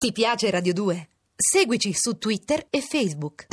Ti piace Radio 2? Seguici su Twitter e Facebook.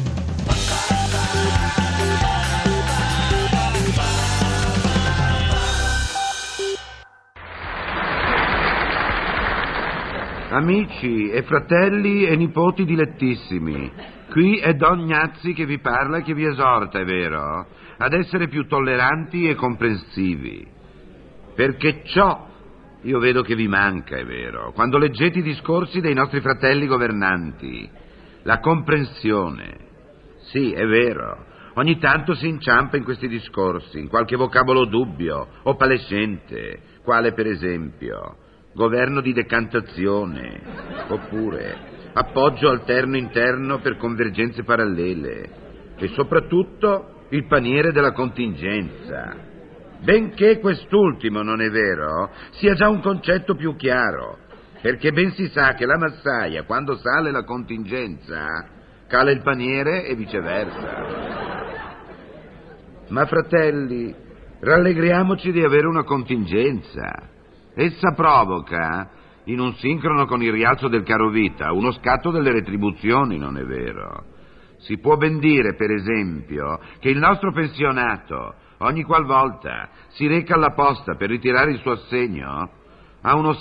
Amici e fratelli e nipoti dilettissimi, qui è Don Gnazzi che vi parla e che vi esorta, è vero, ad essere più tolleranti e comprensivi. Perché ciò io vedo che vi manca, è vero, quando leggete i discorsi dei nostri fratelli governanti. La comprensione. Sì, è vero, ogni tanto si inciampa in questi discorsi, in qualche vocabolo dubbio o palescente, quale per esempio governo di decantazione, oppure appoggio alterno-interno per convergenze parallele, e soprattutto il paniere della contingenza. Benché quest'ultimo, non è vero, sia già un concetto più chiaro, perché ben si sa che la massaia, quando sale la contingenza, cala il paniere e viceversa. Ma fratelli, rallegriamoci di avere una contingenza. Essa provoca, in un sincrono con il rialzo del carovita, uno scatto delle retribuzioni, non è vero? Si può ben dire, per esempio, che il nostro pensionato, ogni qualvolta si reca alla posta per ritirare il suo assegno, ha uno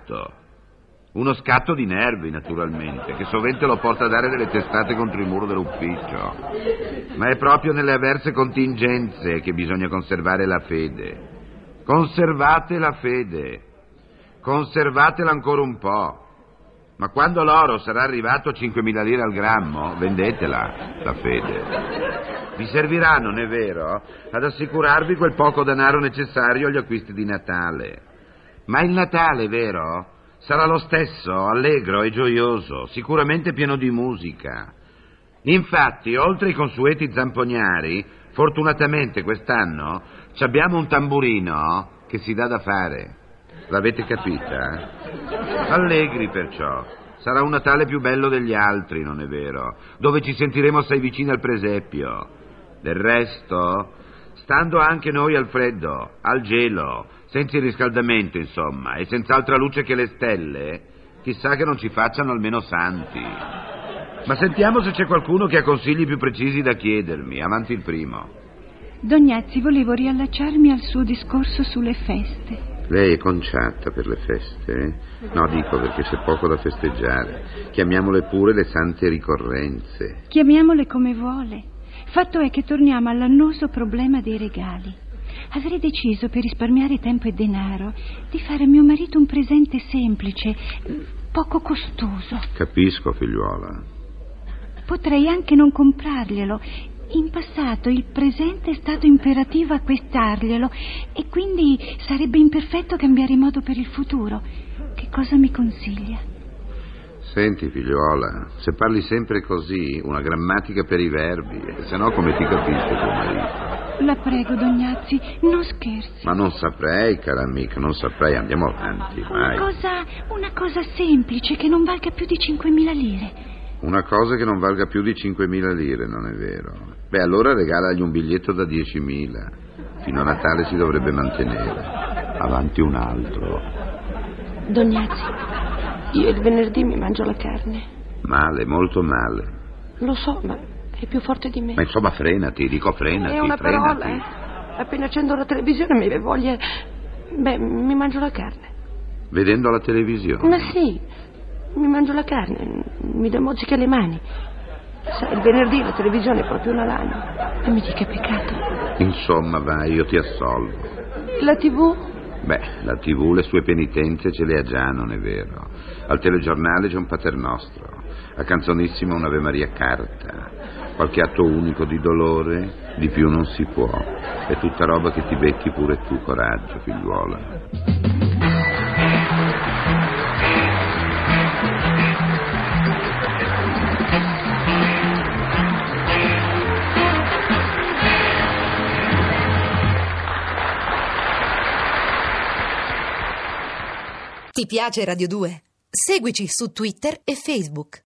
scatto di nervi, naturalmente, che sovente lo porta a dare delle testate contro il muro dell'ufficio. Ma è proprio nelle avverse contingenze che bisogna conservare la fede. Conservate la fede, conservatela ancora un po', ma quando l'oro sarà arrivato a 5.000 lire al grammo, vendetela, la fede. Vi servirà, non è vero, ad assicurarvi quel poco denaro necessario agli acquisti di Natale. Ma il Natale, vero, sarà lo stesso, allegro e gioioso, sicuramente pieno di musica. Infatti, oltre ai consueti zamponiari, fortunatamente quest'anno abbiamo un tamburino che si dà da fare. L'avete capita? Allegri perciò. Sarà un Natale più bello degli altri, non è vero? Dove ci sentiremo assai vicini al presepio. Del resto, stando anche noi al freddo, al gelo, senza il riscaldamento, insomma, e senza altra luce che le stelle, chissà che non ci facciano almeno santi. Ma sentiamo se c'è qualcuno che ha consigli più precisi da chiedermi. Avanti il primo. Don Gnazzi, volevo riallacciarmi al suo discorso sulle feste. Lei è conciata per le feste? No, dico perché c'è poco da festeggiare. Chiamiamole pure le sante ricorrenze. Chiamiamole come vuole. Fatto è che torniamo all'annoso problema dei regali. Avrei deciso, per risparmiare tempo e denaro, di fare a mio marito un presente semplice, poco costoso. Capisco, figliuola. Potrei anche non comprarglielo. In passato il presente è stato imperativo acquistarglielo e quindi sarebbe imperfetto cambiare modo per il futuro. Che cosa mi consiglia? Senti, figliuola, se parli sempre così, una grammatica per i verbi, se no come ti capisco tuo marito? La prego, Don Gnazzi, non scherzi. Ma non saprei, cara amica, non saprei, andiamo avanti, vai. Una cosa semplice che non valga più di 5.000 lire. Una cosa che non valga più di 5.000 lire, non è vero? Beh, allora regalagli un biglietto da 10.000. Fino a Natale si dovrebbe mantenere. Avanti un altro. Don Gnazzi, io il venerdì mi mangio la carne. Male, molto male. Lo so, ma è più forte di me. Ma insomma, frenati, dico frenati. È una frenati. parola, Appena accendo la televisione mi voglia... Beh, mi mangio la carne. Vedendo la televisione? Ma sì, mi mangio la carne, mi dà mozzica le mani. Sai, il venerdì la televisione è proprio una lana. E mi dica peccato. Insomma, vai, io ti assolvo. La TV? Beh, la TV le sue penitenze ce le ha già, non è vero? Al telegiornale c'è un Paternostro, a Canzonissima un'Ave Maria carta, qualche atto unico di dolore, di più non si può. È tutta roba che ti becchi pure tu, coraggio, figliuola. Ti piace Radio 2? Seguici su Twitter e Facebook.